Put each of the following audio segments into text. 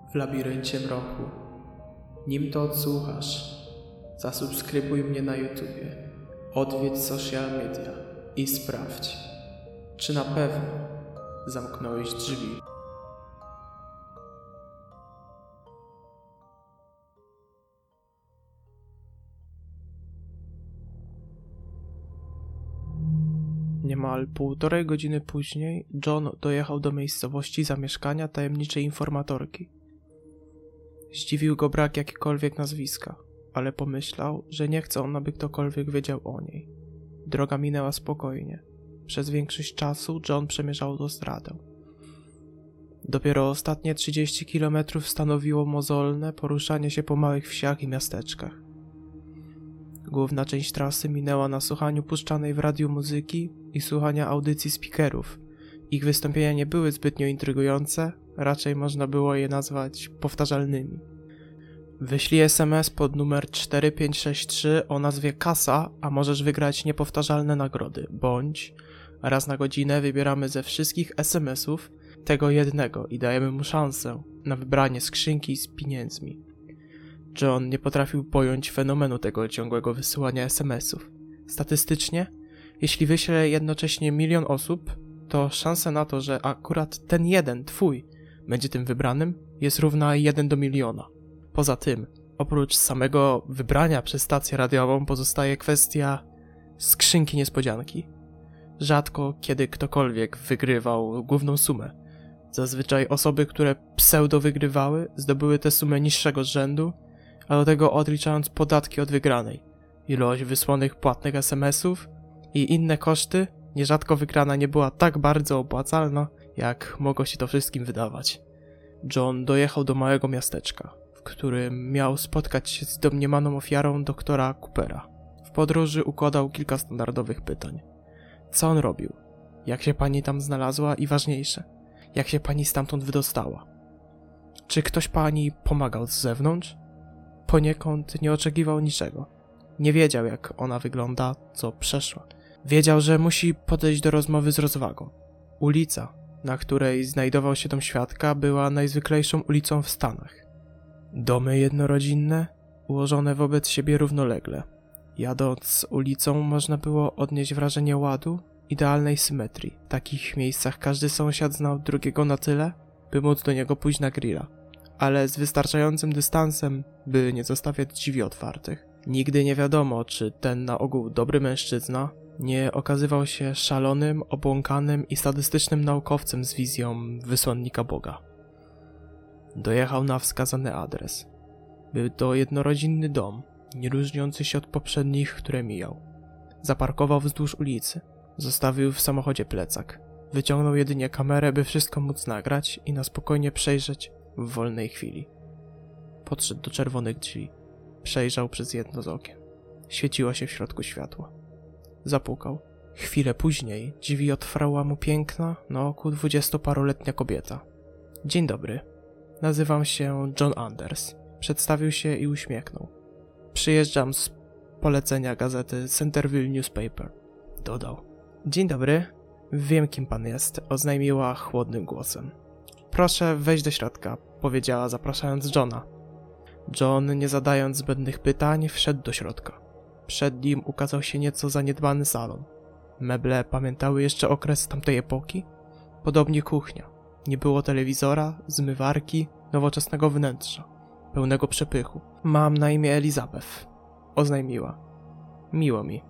w labiryncie mroku. Nim to odsłuchasz, zasubskrybuj mnie na YouTubie, odwiedź social media i sprawdź, czy na pewno zamknąłeś drzwi. Niemal 1,5 godziny później John dojechał do miejscowości zamieszkania tajemniczej informatorki. Zdziwił go brak jakiekolwiek nazwiska, ale pomyślał, że nie chce on, aby ktokolwiek wiedział o niej. Droga minęła spokojnie. Przez większość czasu John przemierzał autostradę. Dopiero ostatnie 30 km stanowiło mozolne poruszanie się po małych wsiach i miasteczkach. Główna część trasy minęła na słuchaniu puszczanej w radiu muzyki i słuchania audycji speakerów. Ich wystąpienia nie były zbytnio intrygujące, raczej można było je nazwać powtarzalnymi. Wyślij SMS pod numer 4563 o nazwie Kasa, a możesz wygrać niepowtarzalne nagrody, bądź raz na godzinę wybieramy ze wszystkich SMS-ów tego jednego i dajemy mu szansę na wybranie skrzynki z pieniędzmi. John nie potrafił pojąć fenomenu tego ciągłego wysyłania SMS-ów. Statystycznie, jeśli wyśle jednocześnie 1 milion osób, to szansa na to, że akurat ten jeden, twój, będzie tym wybranym, jest równa 1 do 1 miliona. Poza tym, oprócz samego wybrania przez stację radiową pozostaje kwestia skrzynki niespodzianki. Rzadko kiedy ktokolwiek wygrywał główną sumę. Zazwyczaj osoby, które pseudo wygrywały, zdobyły tę sumę niższego rzędu, a do tego odliczając podatki od wygranej, ilość wysłanych płatnych SMS-ów i inne koszty, nierzadko wygrana nie była tak bardzo opłacalna, jak mogło się to wszystkim wydawać. John dojechał do małego miasteczka, w którym miał spotkać się z domniemaną ofiarą doktora Coopera. W podróży układał kilka standardowych pytań. Co on robił? Jak się pani tam znalazła i ważniejsze, jak się pani stamtąd wydostała? Czy ktoś pani pomagał z zewnątrz? Poniekąd nie oczekiwał niczego. Nie wiedział, jak ona wygląda, co przeszła. Wiedział, że musi podejść do rozmowy z rozwagą. Ulica, na której znajdował się dom świadka, była najzwyklejszą ulicą w Stanach. Domy jednorodzinne, ułożone wobec siebie równolegle. Jadąc ulicą można było odnieść wrażenie ładu, idealnej symetrii. W takich miejscach każdy sąsiad znał drugiego na tyle, by móc do niego pójść na grilla, ale z wystarczającym dystansem, by nie zostawiać drzwi otwartych. Nigdy nie wiadomo, czy ten na ogół dobry mężczyzna nie okazywał się szalonym, obłąkanym i sadystycznym naukowcem z wizją wysłannika Boga. Dojechał na wskazany adres. Był to jednorodzinny dom, nie różniący się od poprzednich, które mijał. Zaparkował wzdłuż ulicy. Zostawił w samochodzie plecak. Wyciągnął jedynie kamerę, by wszystko móc nagrać i na spokojnie przejrzeć w wolnej chwili. Podszedł do czerwonych drzwi. Przejrzał przez jedno z okien. Świeciło się w środku światła. Zapukał. Chwilę później drzwi otwarła mu piękna, na oku 20-paroletnia kobieta. Dzień dobry. Nazywam się John Anders. Przedstawił się i uśmiechnął. Przyjeżdżam z polecenia gazety Centerville Newspaper. Dodał. Dzień dobry. Wiem, kim pan jest, oznajmiła chłodnym głosem. Proszę wejść do środka, powiedziała, zapraszając Johna. John, nie zadając zbędnych pytań, wszedł do środka. Przed nim ukazał się nieco zaniedbany salon. Meble pamiętały jeszcze okres tamtej epoki? Podobnie kuchnia. Nie było telewizora, zmywarki, nowoczesnego wnętrza, pełnego przepychu. Mam na imię Elizabeth, oznajmiła. Miło mi.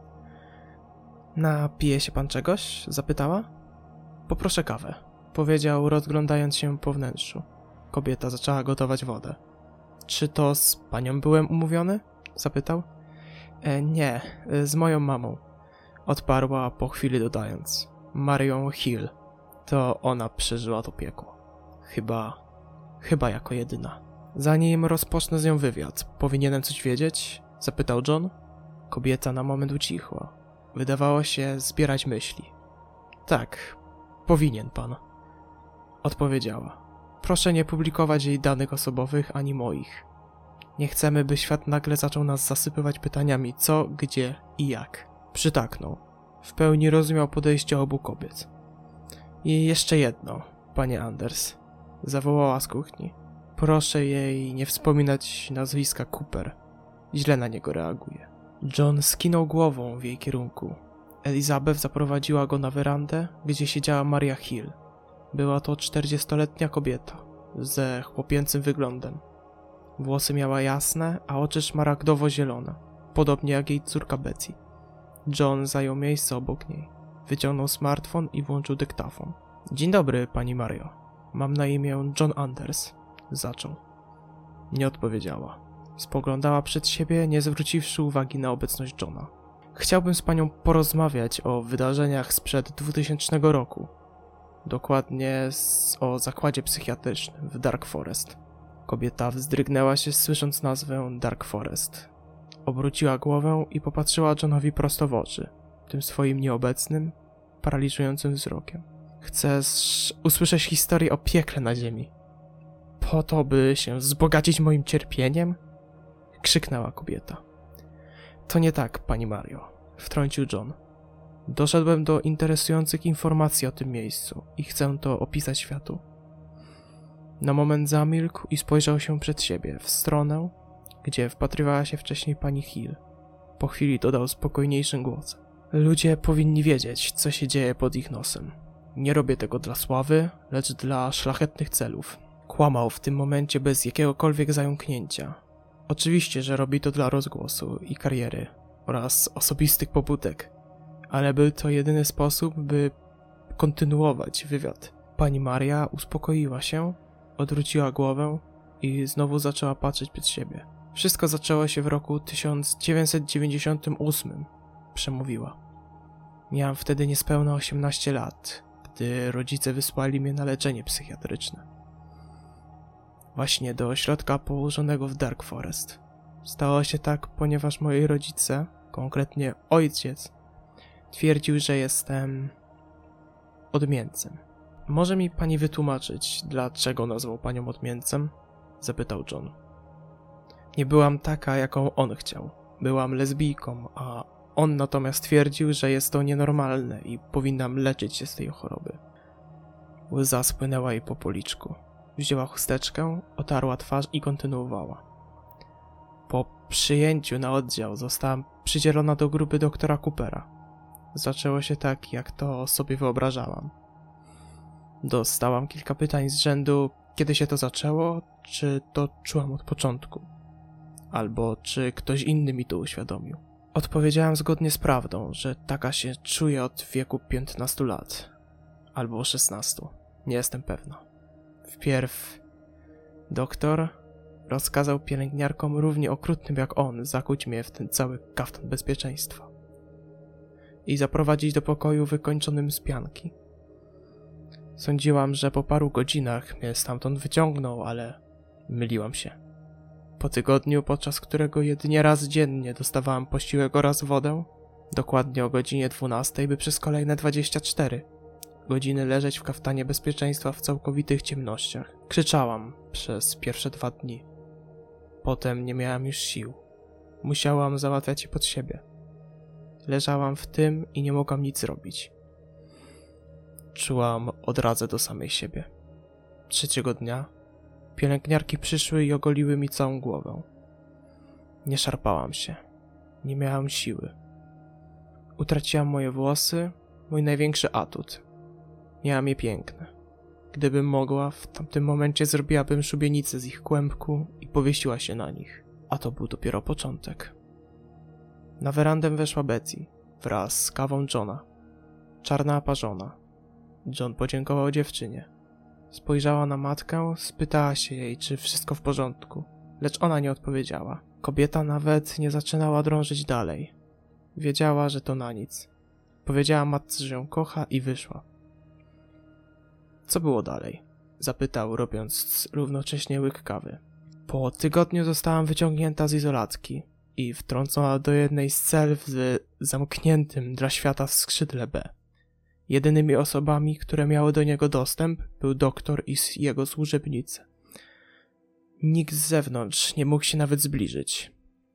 Napije się pan czegoś? Zapytała. Poproszę kawę, powiedział, rozglądając się po wnętrzu. Kobieta zaczęła gotować wodę. Czy to z panią byłem umówiony? Zapytał. Nie, z moją mamą. Odparła po chwili dodając. Marią Hill. To ona przeżyła to piekło. Chyba jako jedyna. Zanim rozpocznę z nią wywiad, powinienem coś wiedzieć? Zapytał John. Kobieta na moment ucichła. Wydawało się zbierać myśli. Tak, powinien pan. Odpowiedziała. Proszę nie publikować jej danych osobowych ani moich. Nie chcemy, by świat nagle zaczął nas zasypywać pytaniami co, gdzie i jak. Przytaknął. W pełni rozumiał podejście obu kobiet. I jeszcze jedno, panie Anders. Zawołała z kuchni. Proszę jej nie wspominać nazwiska Cooper. Źle na niego reaguje. John skinął głową w jej kierunku. Elizabeth zaprowadziła go na werandę, gdzie siedziała Maria Hill. Była to 40-letnia kobieta ze chłopięcym wyglądem. Włosy miała jasne, a oczy szmaragdowo-zielone, podobnie jak jej córka Betsy. John zajął miejsce obok niej. Wyciągnął smartfon i włączył dyktafon. Dzień dobry, pani Mario. Mam na imię John Anders. Zaczął. Nie odpowiedziała. Spoglądała przed siebie, nie zwróciwszy uwagi na obecność Johna. Chciałbym z panią porozmawiać o wydarzeniach sprzed 2000 roku. Dokładnie o zakładzie psychiatrycznym w Dark Forest. Kobieta wzdrygnęła się, słysząc nazwę Dark Forest. Obróciła głowę i popatrzyła Johnowi prosto w oczy, tym swoim nieobecnym, paraliżującym wzrokiem. Chcesz usłyszeć historię o piekle na ziemi? Po to, by się wzbogacić moim cierpieniem? Krzyknęła kobieta. To nie tak, pani Mario, wtrącił John. Doszedłem do interesujących informacji o tym miejscu i chcę to opisać światu. Na moment zamilkł i spojrzał się przed siebie, w stronę, gdzie wpatrywała się wcześniej pani Hill. Po chwili dodał spokojniejszym głosem. Ludzie powinni wiedzieć, co się dzieje pod ich nosem. Nie robię tego dla sławy, lecz dla szlachetnych celów. Kłamał w tym momencie bez jakiegokolwiek zająknięcia. Oczywiście, że robi to dla rozgłosu i kariery oraz osobistych pobudek, ale był to jedyny sposób, by kontynuować wywiad. Pani Maria uspokoiła się, odwróciła głowę i znowu zaczęła patrzeć przed siebie. Wszystko zaczęło się w roku 1998, przemówiła. Miałam wtedy niespełna 18 lat, gdy rodzice wysłali mnie na leczenie psychiatryczne. Właśnie do ośrodka położonego w Dark Forest. Stało się tak, ponieważ moi rodzice, konkretnie ojciec, twierdził, że jestem odmieńcem. Może mi pani wytłumaczyć, dlaczego nazwał panią odmieńcem? Zapytał John. Nie byłam taka, jaką on chciał. Byłam lesbijką, a on natomiast twierdził, że jest to nienormalne i powinnam leczyć się z tej choroby. Łza spłynęła jej po policzku. Wzięła chusteczkę, otarła twarz i kontynuowała. Po przyjęciu na oddział zostałam przydzielona do grupy doktora Coopera. Zaczęło się tak, jak to sobie wyobrażałam. Dostałam kilka pytań z rzędu, kiedy się to zaczęło, czy to czułam od początku, albo czy ktoś inny mi to uświadomił. Odpowiedziałam zgodnie z prawdą, że taka się czuję od wieku 15 lat, albo 16, nie jestem pewna. Wpierw doktor rozkazał pielęgniarkom równie okrutnym jak on zakuć mnie w ten cały kaftan bezpieczeństwa i zaprowadzić do pokoju wykończonym z pianki. Sądziłam, że po paru godzinach mnie stamtąd wyciągną, ale myliłam się. Po tygodniu, podczas którego jedynie raz dziennie dostawałam posiłek oraz wodę, dokładnie o godzinie 12, by przez kolejne 24 godziny leżeć w kaftanie bezpieczeństwa w całkowitych ciemnościach. Krzyczałam przez pierwsze 2 dni. Potem nie miałam już sił. Musiałam załatwiać je pod siebie. Leżałam w tym i nie mogłam nic robić. Czułam odrazę do samej siebie. 3. dnia pielęgniarki przyszły i ogoliły mi całą głowę. Nie szarpałam się. Nie miałam siły. Utraciłam moje włosy, mój największy atut. Miałam je piękne. Gdybym mogła, w tamtym momencie zrobiłabym szubienicę z ich kłębku i powiesiła się na nich. A to był dopiero początek. Na werandę weszła Betsy wraz z kawą Johna. Czarna aparzona. John podziękował dziewczynie. Spojrzała na matkę, spytała się jej, czy wszystko w porządku, lecz ona nie odpowiedziała. Kobieta nawet nie zaczynała drążyć dalej. Wiedziała, że to na nic. Powiedziała matce, że ją kocha i wyszła. Co było dalej? Zapytał, robiąc równocześnie łyk kawy. Po tygodniu zostałam wyciągnięta z izolatki i wtrącona do jednej z cel w zamkniętym dla świata skrzydle B. Jedynymi osobami, które miały do niego dostęp, był doktor i jego służebnicy. Nikt z zewnątrz nie mógł się nawet zbliżyć.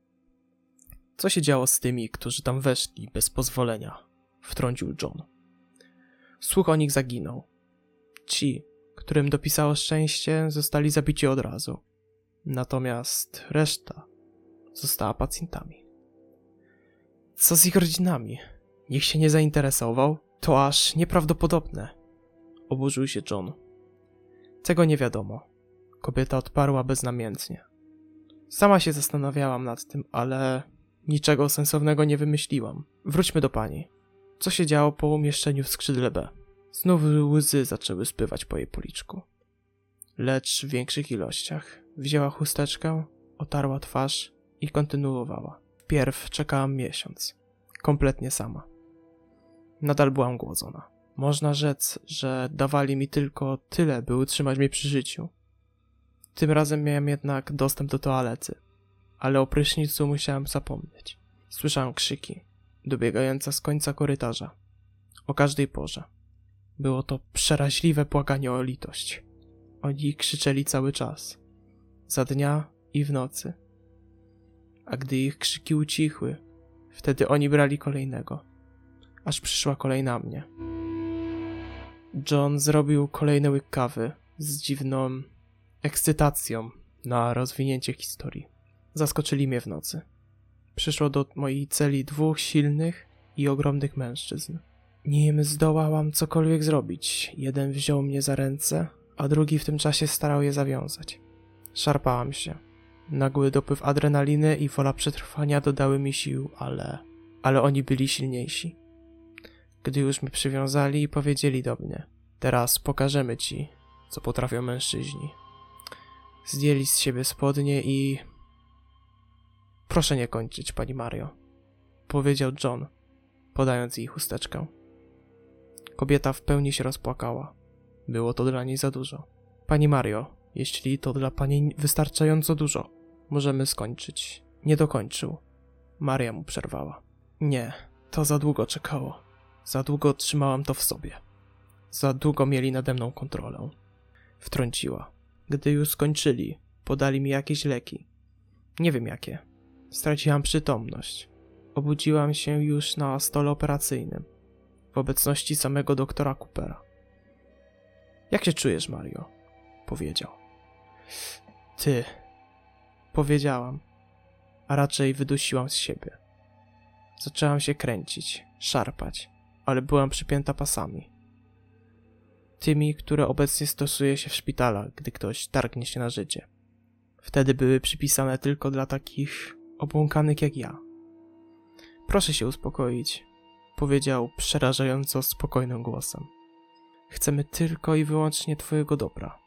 Co się działo z tymi, którzy tam weszli bez pozwolenia? Wtrącił John. Słuch o nich zaginął. Ci, którym dopisało szczęście, zostali zabici od razu. Natomiast reszta została pacjentami. Co z ich rodzinami? Nikt się nie zainteresował? To aż nieprawdopodobne. Oburzył się John. Tego nie wiadomo. Kobieta odparła beznamiętnie. Sama się zastanawiałam nad tym, ale niczego sensownego nie wymyśliłam. Wróćmy do pani. Co się działo po umieszczeniu w skrzydle B? Znów łzy zaczęły spływać po jej policzku. Lecz w większych ilościach. Wzięła chusteczkę, otarła twarz i kontynuowała. Wpierw czekałam miesiąc. Kompletnie sama. Nadal byłam głodzona. Można rzec, że dawali mi tylko tyle, by utrzymać mnie przy życiu. Tym razem miałem jednak dostęp do toalety, ale o prysznicu musiałem zapomnieć. Słyszałem krzyki, dobiegające z końca korytarza. O każdej porze. Było to przeraźliwe błaganie o litość. Oni krzyczeli cały czas. Za dnia i w nocy. A gdy ich krzyki ucichły, wtedy oni brali kolejnego. Aż przyszła kolej na mnie. John zrobił kolejny łyk kawy z dziwną ekscytacją na rozwinięcie historii. Zaskoczyli mnie w nocy. Przyszło do mojej celi 2 silnych i ogromnych mężczyzn. Nim zdołałam cokolwiek zrobić, jeden wziął mnie za ręce, a drugi w tym czasie starał je zawiązać. Szarpałam się. Nagły dopływ adrenaliny i wola przetrwania dodały mi sił, ale oni byli silniejsi. Gdy już mnie przywiązali, powiedzieli do mnie: teraz pokażemy ci, co potrafią mężczyźni. Zdjęli z siebie spodnie i... Proszę nie kończyć, pani Mario, powiedział John, podając jej chusteczkę. Kobieta w pełni się rozpłakała. Było to dla niej za dużo. Pani Mario, jeśli to dla pani wystarczająco dużo, możemy skończyć. Nie dokończył. Maria mu przerwała. Nie, to za długo czekało. Za długo trzymałam to w sobie. Za długo mieli nade mną kontrolę. Wtrąciła. Gdy już skończyli, podali mi jakieś leki. Nie wiem jakie. Straciłam przytomność. Obudziłam się już na stole operacyjnym, w obecności samego doktora Coopera. Jak się czujesz, Mario? Powiedział. Ty. Powiedziałam, a raczej wydusiłam z siebie. Zaczęłam się kręcić, szarpać, ale byłam przypięta pasami. Tymi, które obecnie stosuje się w szpitalach, gdy ktoś targnie się na życie. Wtedy były przypisane tylko dla takich obłąkanych jak ja. Proszę się uspokoić, powiedział przerażająco spokojnym głosem. Chcemy tylko i wyłącznie twojego dobra.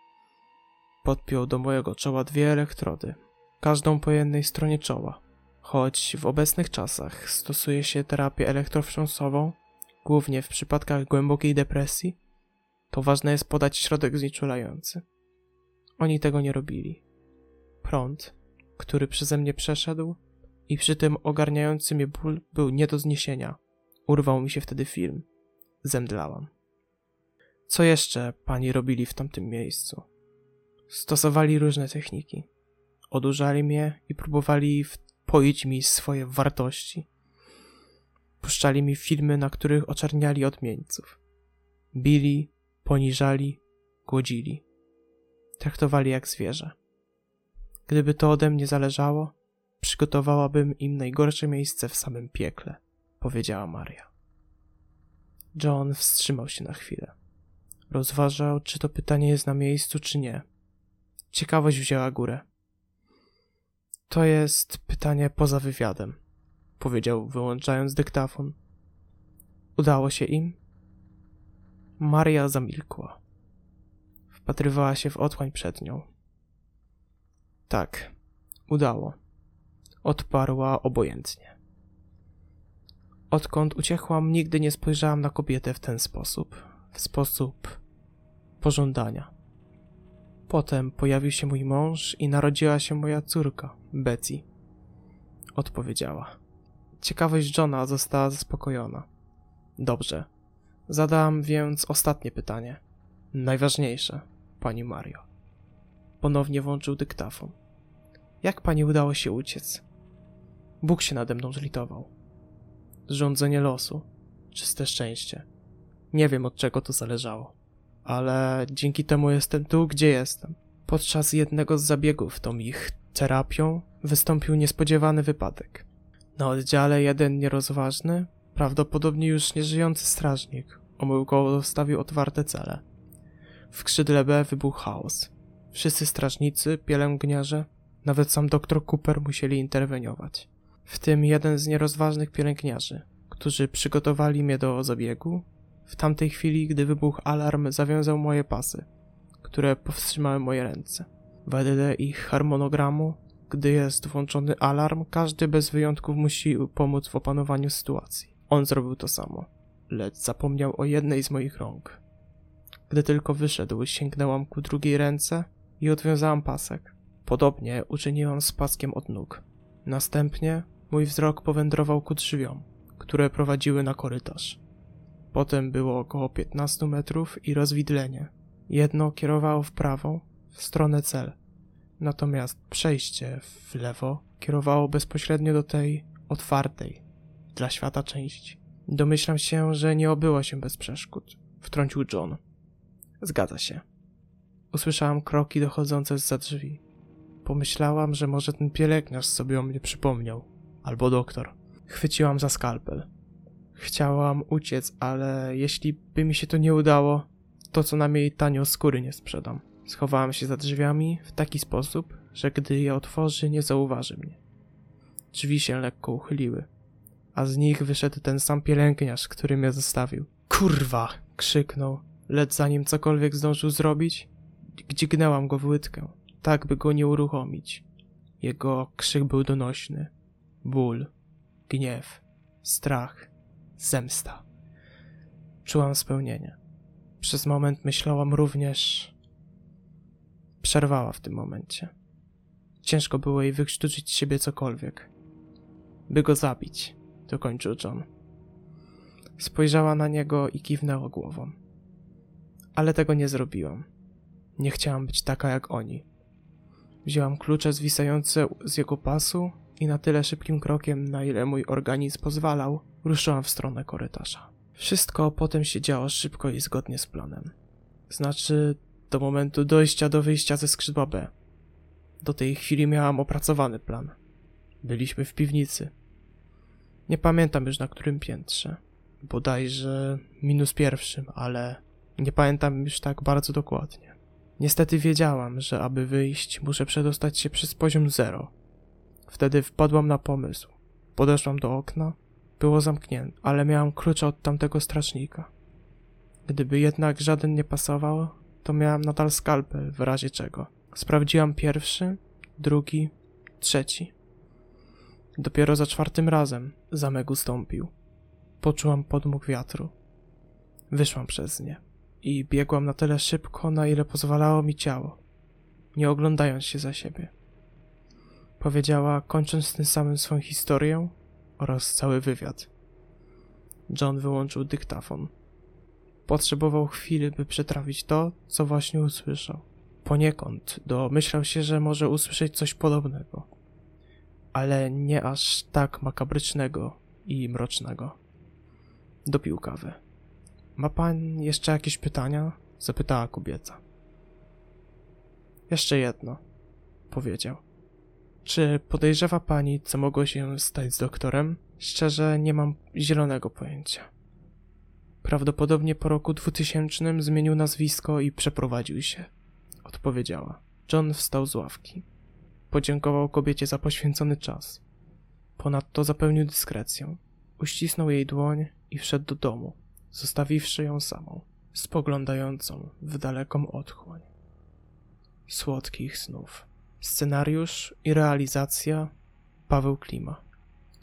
Podpiął do mojego czoła 2 elektrody, każdą po jednej stronie czoła. Choć w obecnych czasach stosuje się terapię elektrowstrząsową, głównie w przypadkach głębokiej depresji, to ważne jest podać środek znieczulający. Oni tego nie robili. Prąd, który przeze mnie przeszedł i przy tym ogarniający mnie ból był nie do zniesienia. Urwał mi się wtedy film. Zemdlałam. Co jeszcze pani robili w tamtym miejscu? Stosowali różne techniki. Odurzali mnie i próbowali wpoić mi swoje wartości. Puszczali mi filmy, na których oczerniali odmieńców. Bili, poniżali, głodzili. Traktowali jak zwierzę. Gdyby to ode mnie zależało, przygotowałabym im najgorsze miejsce w samym piekle, powiedziała Maria. John wstrzymał się na chwilę. Rozważał, czy to pytanie jest na miejscu, czy nie. Ciekawość wzięła górę. To jest pytanie poza wywiadem, powiedział, wyłączając dyktafon. Udało się im? Maria zamilkła. Wpatrywała się w otchłań przed nią. Tak, udało. Odparła obojętnie. Odkąd uciekłam, nigdy nie spojrzałam na kobietę w ten sposób. W sposób pożądania. Potem pojawił się mój mąż i narodziła się moja córka, Betty. Odpowiedziała. Ciekawość Johna została zaspokojona. Dobrze. Zadam więc ostatnie pytanie. Najważniejsze, pani Mario. Ponownie włączył dyktafon. Jak pani udało się uciec? Bóg się nade mną zlitował. Zrządzenie losu. Czyste szczęście. Nie wiem, od czego to zależało. ale dzięki temu jestem tu, gdzie jestem. Podczas jednego z zabiegów tą ich terapią wystąpił niespodziewany wypadek. Na oddziale jeden nierozważny, prawdopodobnie już nieżyjący strażnik omyłkowo zostawił otwarte cele. W skrzydle B wybuchł chaos. Wszyscy strażnicy, pielęgniarze, nawet sam dr Cooper musieli interweniować. W tym jeden z nierozważnych pielęgniarzy, którzy przygotowali mnie do zabiegu, w tamtej chwili, gdy wybuchł alarm, zawiązał moje pasy, które powstrzymały moje ręce. Wedle ich harmonogramu, gdy jest włączony alarm, każdy bez wyjątków musi pomóc w opanowaniu sytuacji. On zrobił to samo, lecz zapomniał o jednej z moich rąk. Gdy tylko wyszedł, sięgnęłam ku drugiej ręce i odwiązałam pasek. Podobnie uczyniłam z paskiem od nóg. Następnie mój wzrok powędrował ku drzwiom, które prowadziły na korytarz. Potem było około 15 metrów i rozwidlenie. Jedno kierowało w prawo, w stronę cel, natomiast przejście w lewo kierowało bezpośrednio do tej otwartej dla świata części. Domyślam się, że nie obyło się bez przeszkód, wtrącił John. Zgadza się. Usłyszałam kroki dochodzące zza drzwi. Pomyślałam, że może ten pielęgniarz sobie o mnie przypomniał, albo doktor. Chwyciłam za skalpel. Chciałam uciec, ale jeśli by mi się to nie udało, to co najmniej tanio skóry nie sprzedam. Schowałam się za drzwiami w taki sposób, że gdy je otworzy, nie zauważy mnie. Drzwi się lekko uchyliły, a z nich wyszedł ten sam pielęgniarz, który mnie zostawił. Kurwa! Krzyknął, lecz zanim cokolwiek zdążył zrobić, dźgnęłam go w łydkę, tak by go nie uruchomić. Jego krzyk był donośny. Ból, gniew, strach, zemsta. Czułam spełnienie. Przez moment myślałam również... Przerwała w tym momencie. Ciężko było jej wykrztuczyć z siebie cokolwiek. By go zabić, dokończył John. Spojrzała na niego i kiwnęła głową. Ale tego nie zrobiłam. Nie chciałam być taka jak oni. Wzięłam klucze zwisające z jego pasu i na tyle szybkim krokiem, na ile mój organizm pozwalał, ruszyłam w stronę korytarza. Wszystko potem się działo szybko i zgodnie z planem. Znaczy, do momentu dojścia do wyjścia ze skrzydła B. Do tej chwili miałam opracowany plan. Byliśmy w piwnicy. Nie pamiętam już na którym piętrze. Bodajże -1, ale nie pamiętam już tak bardzo dokładnie. Niestety wiedziałam, że aby wyjść, muszę przedostać się przez poziom 0. Wtedy wpadłam na pomysł. Podeszłam do okna. Było zamknięte, ale miałam klucze od tamtego strażnika. Gdyby jednak żaden nie pasował, to miałam nadal skalpel, w razie czego. Sprawdziłam pierwszy, drugi, trzeci. Dopiero za 4. razem zamek ustąpił. Poczułam podmuch wiatru. Wyszłam przez nie i biegłam na tyle szybko, na ile pozwalało mi ciało, nie oglądając się za siebie. Powiedziała, kończąc tym samym swoją historię oraz cały wywiad. John wyłączył dyktafon. Potrzebował chwili, by przetrawić to, co właśnie usłyszał. Poniekąd domyślał się, że może usłyszeć coś podobnego, ale nie aż tak makabrycznego i mrocznego. Dopił kawę. Ma pan jeszcze jakieś pytania? Zapytała kobieta. Jeszcze jedno, powiedział. Czy podejrzewa pani, co mogło się stać z doktorem? Szczerze, nie mam zielonego pojęcia. Prawdopodobnie po roku 2000 zmienił nazwisko i przeprowadził się, odpowiedziała. John wstał z ławki. Podziękował kobiecie za poświęcony czas. Ponadto zapełnił dyskrecją. Uścisnął jej dłoń i wszedł do domu, zostawiwszy ją samą, spoglądającą w daleką otchłań. Słodkich snów. Scenariusz i realizacja Paweł Klima.